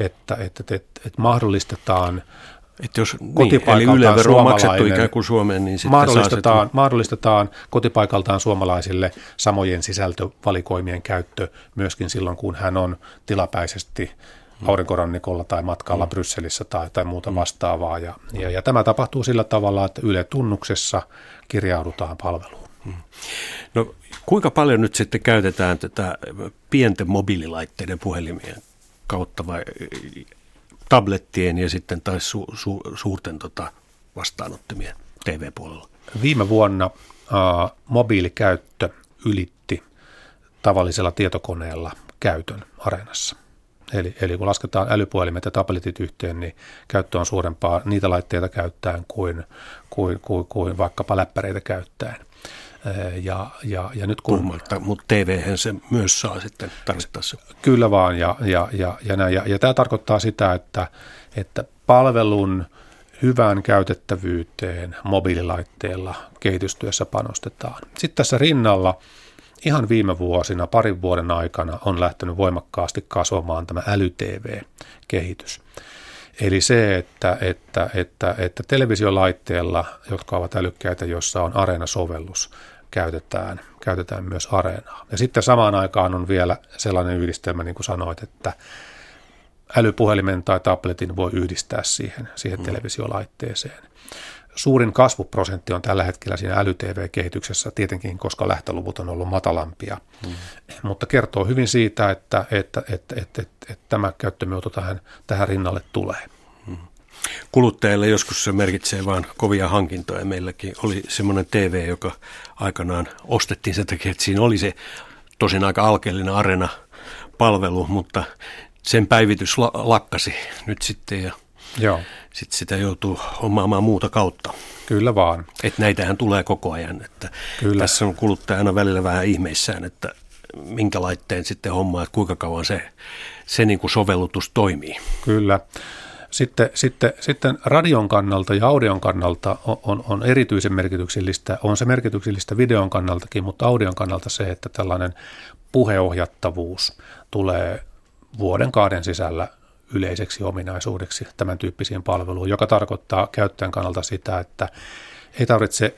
S2: mahdollistetaan
S1: että jos eli Yle vero on maksettu ikään kuin Suomeen, niin sitten
S2: mahdollistetaan kotipaikaltaan suomalaisille samojen sisältövalikoimien käyttö myöskin silloin, kun hän on tilapäisesti aurinkorannikolla tai matkalla Brysselissä tai muuta vastaavaa. Ja tämä tapahtuu sillä tavalla, että Yle-tunnuksessa kirjaudutaan palveluun.
S1: No kuinka paljon nyt sitten käytetään tätä pienten mobiililaitteiden puhelimien kautta vai tablettien ja sitten taas suurten vastaanottimien TV-puolella?
S2: Viime vuonna mobiilikäyttö ylitti tavallisella tietokoneella käytön Areenassa. Eli kun lasketaan älypuhelimet ja tabletit yhteen, niin käyttö on suurempaa niitä laitteita käyttäen kuin vaikkapa läppäreitä käyttäen. Ja nyt
S1: mutta TV-hän se myös saa sitten tarvittaessa.
S2: Kyllä vaan, ja tämä tarkoittaa sitä, että palvelun hyvään käytettävyyteen mobiililaitteella kehitystyössä panostetaan. Sitten tässä rinnalla ihan viime vuosina, parin vuoden aikana on lähtenyt voimakkaasti kasvamaan tämä äly-TV-kehitys. Eli se, että televisiolaitteella, jotka ovat älykkäitä, jossa on Areena-sovellus, käytetään myös Areenaa. Ja sitten samaan aikaan on vielä sellainen yhdistelmä, niin kuin sanoit, että älypuhelimen tai tabletin voi yhdistää siihen televisiolaitteeseen. Suurin kasvuprosentti on tällä hetkellä siinä äly-TV-kehityksessä, tietenkin koska lähtöluvut on ollut matalampia, mutta kertoo hyvin siitä, että tämä käyttömuoto tähän rinnalle tulee.
S1: Kuluttajille joskus se merkitsee vain kovia hankintoja. Meilläkin oli semmoinen TV, joka aikanaan ostettiin sen takia, että siinä oli se tosin aika alkeellinen Areena-palvelu, mutta sen päivitys lakkasi nyt sitten ja sitten sitä joutuu omaamaan muuta kautta.
S2: Kyllä vaan.
S1: Että näitähän tulee koko ajan. Että tässä on kuluttaja aina välillä vähän ihmeissään, että minkä laitteen sitten hommaa, että kuinka kauan se niin kuin sovellutus toimii.
S2: Kyllä. Sitten radion kannalta ja audion kannalta on erityisen merkityksellistä, on se merkityksellistä videon kannaltakin, mutta audion kannalta se, että tällainen puheohjattavuus tulee vuoden 2 sisällä yleiseksi ominaisuudeksi tämän tyyppisiin palveluihin, joka tarkoittaa käyttäjän kannalta sitä, että ei tarvitse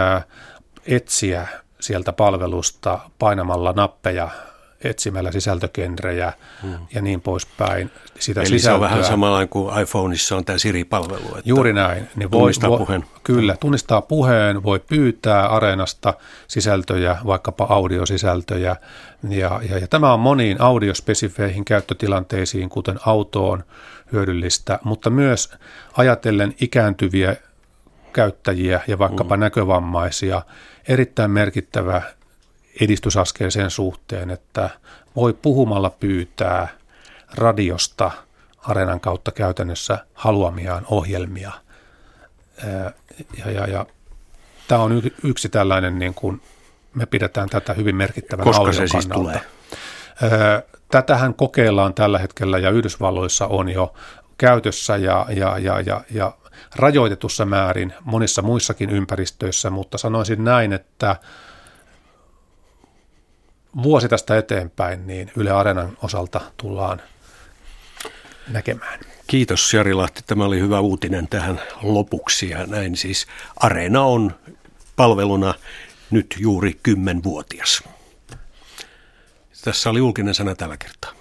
S2: etsiä sieltä palvelusta painamalla nappeja, etsimällä sisältögenrejä ja niin poispäin.
S1: Eli se on vähän samalla kuin iPhoneissa on tämä Siri-palvelu. Että
S2: juuri näin. Niin
S1: tunnistaa puheen.
S2: Kyllä, tunnistaa puheen, voi pyytää Areenasta sisältöjä, vaikkapa audiosisältöjä. Ja tämä on moniin audiospesifeihin käyttötilanteisiin, kuten autoon hyödyllistä, mutta myös ajatellen ikääntyviä käyttäjiä ja vaikkapa näkövammaisia erittäin merkittävä edistysaskel sen suhteen, että voi puhumalla pyytää radiosta Areenan kautta käytännössä haluamiaan ohjelmia. Ja tämä on yksi tällainen, niin kuin me pidetään tätä hyvin merkittävän audion kannalta. Koska se siis tulee? Tätähän kokeillaan tällä hetkellä ja Yhdysvalloissa on jo käytössä ja rajoitetussa määrin monissa muissakin ympäristöissä, mutta sanoisin näin, että vuosi tästä eteenpäin niin Yle Areenan osalta tullaan näkemään.
S1: Kiitos Jari Lahti, tämä oli hyvä uutinen tähän lopuksi ja näin siis Areena on palveluna nyt juuri 10-vuotias. Tässä oli julkinen sana tällä kertaa.